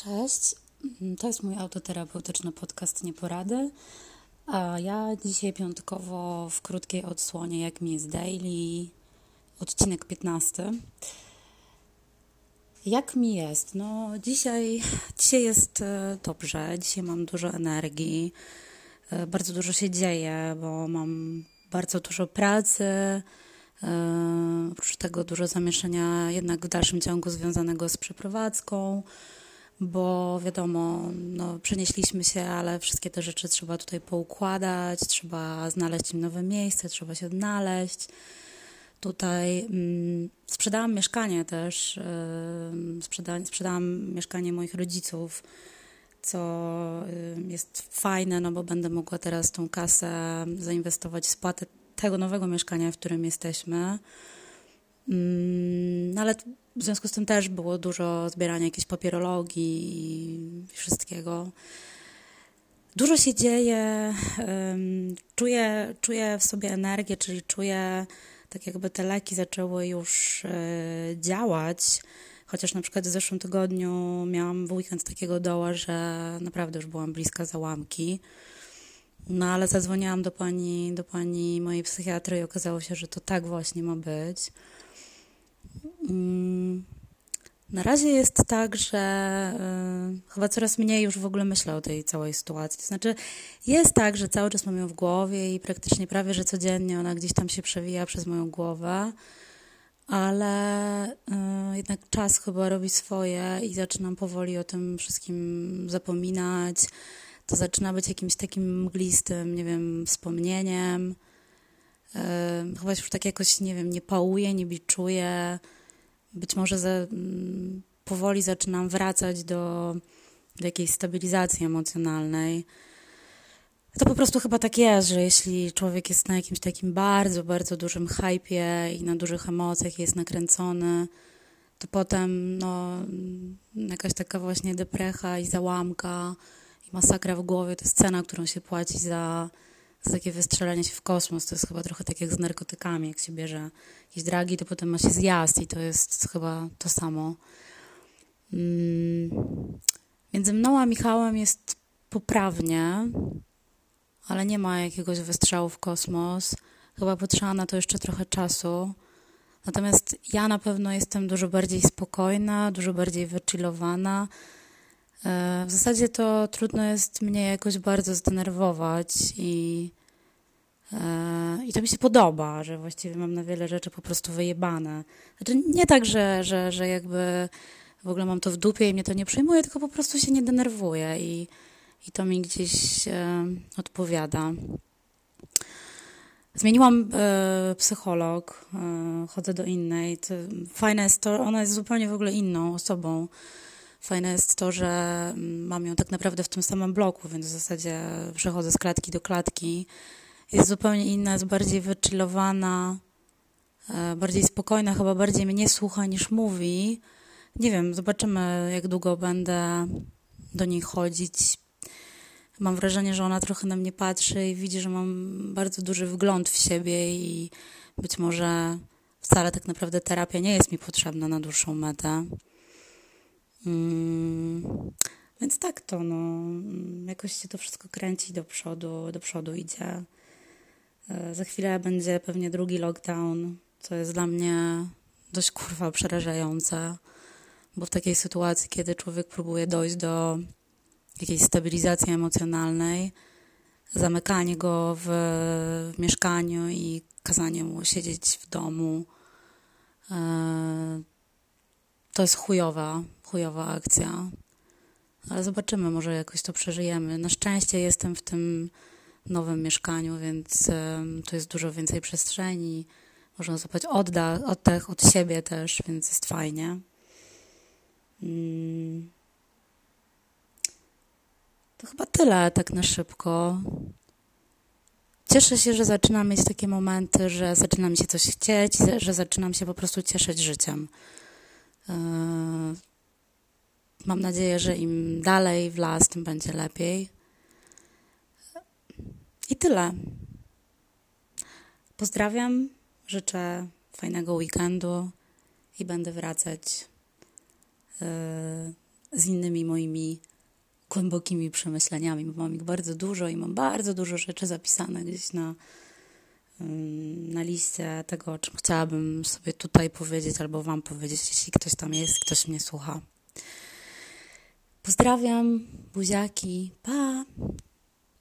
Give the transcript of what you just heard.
Cześć, to jest mój autoterapeutyczny podcast Nieporady, a ja dzisiaj piątkowo w krótkiej odsłonie Jak mi jest daily, odcinek 15. Jak mi jest? No dzisiaj jest dobrze, dzisiaj mam dużo energii, bardzo dużo się dzieje, bo mam bardzo dużo pracy, oprócz tego dużo zamieszania jednak w dalszym ciągu związanego z przeprowadzką, bo wiadomo, przenieśliśmy się, ale wszystkie te rzeczy trzeba tutaj poukładać, trzeba znaleźć im nowe miejsce, trzeba się odnaleźć. Tutaj sprzedałam mieszkanie też, sprzedałam mieszkanie moich rodziców, co jest fajne, bo będę mogła teraz tą kasę zainwestować w spłatę tego nowego mieszkania, w którym jesteśmy. Ale w związku z tym też było dużo zbierania jakiejś papierologii i wszystkiego. Dużo się dzieje, czuję w sobie energię, czyli czuję tak jakby te leki zaczęły już działać, chociaż na przykład w zeszłym tygodniu miałam w weekend takiego doła, że naprawdę już byłam bliska załamki. Ale zadzwoniłam do pani mojej psychiatry i okazało się, że to tak właśnie ma być. Na razie jest tak, że chyba coraz mniej już w ogóle myślę o tej całej sytuacji. To znaczy jest tak, że cały czas mam ją w głowie i praktycznie prawie, że codziennie ona gdzieś tam się przewija przez moją głowę, ale jednak czas chyba robi swoje i zaczynam powoli o tym wszystkim zapominać. To zaczyna być jakimś takim mglistym, nie wiem, wspomnieniem. Chyba już tak jakoś, nie wiem, nie pałuję, nie biczuję. Być może powoli zaczynam wracać do jakiejś stabilizacji emocjonalnej. To po prostu chyba tak jest, że jeśli człowiek jest na jakimś takim bardzo, bardzo dużym hypie i na dużych emocjach jest nakręcony, to potem jakaś taka właśnie deprecha i załamka i masakra w głowie to jest cena, którą się płaci za takie wystrzelenie się w kosmos. To jest chyba trochę tak jak z narkotykami. Jak się bierze jakieś dragi, to potem ma się zjazd i to jest chyba to samo. Między mną a Michałem jest poprawnie, ale nie ma jakiegoś wystrzału w kosmos. Chyba potrzeba na to jeszcze trochę czasu. Natomiast ja na pewno jestem dużo bardziej spokojna, dużo bardziej wychillowana. W zasadzie to trudno jest mnie jakoś bardzo zdenerwować i to mi się podoba, że właściwie mam na wiele rzeczy po prostu wyjebane. Znaczy nie tak, że jakby w ogóle mam to w dupie i mnie to nie przejmuje, tylko po prostu się nie denerwuję i to mi gdzieś odpowiada. Zmieniłam psycholog, chodzę do innej. Fajne jest to, ona jest zupełnie w ogóle inną osobą. Fajne jest to, że mam ją tak naprawdę w tym samym bloku, więc w zasadzie przechodzę z klatki do klatki. Jest zupełnie inna, jest bardziej wychillowana, bardziej spokojna, chyba bardziej mnie słucha niż mówi. Nie wiem, zobaczymy, jak długo będę do niej chodzić. Mam wrażenie, że ona trochę na mnie patrzy i widzi, że mam bardzo duży wgląd w siebie i być może wcale tak naprawdę terapia nie jest mi potrzebna na dłuższą metę. Więc tak to, jakoś się to wszystko kręci do przodu idzie. Za chwilę będzie pewnie drugi lockdown, co jest dla mnie dość przerażające, bo w takiej sytuacji, kiedy człowiek próbuje dojść do jakiejś stabilizacji emocjonalnej, zamykanie go w mieszkaniu i kazanie mu siedzieć w domu, to jest chujowa akcja. Ale zobaczymy, może jakoś to przeżyjemy. Na szczęście jestem w tym nowym mieszkaniu, więc tu jest dużo więcej przestrzeni. Można złapać oddech od siebie też, więc jest fajnie. To chyba tyle tak na szybko. Cieszę się, że zaczynam mieć takie momenty, że zaczyna mi się coś chcieć, że zaczynam się po prostu cieszyć życiem. Mam nadzieję, że im dalej w las, tym będzie lepiej. I tyle. Pozdrawiam, życzę fajnego weekendu i będę wracać z innymi moimi głębokimi przemyśleniami, bo mam ich bardzo dużo i mam bardzo dużo rzeczy zapisane gdzieś na liście tego, o czym chciałabym sobie tutaj powiedzieć albo wam powiedzieć, jeśli ktoś tam jest, ktoś mnie słucha. Pozdrawiam, buziaki, pa!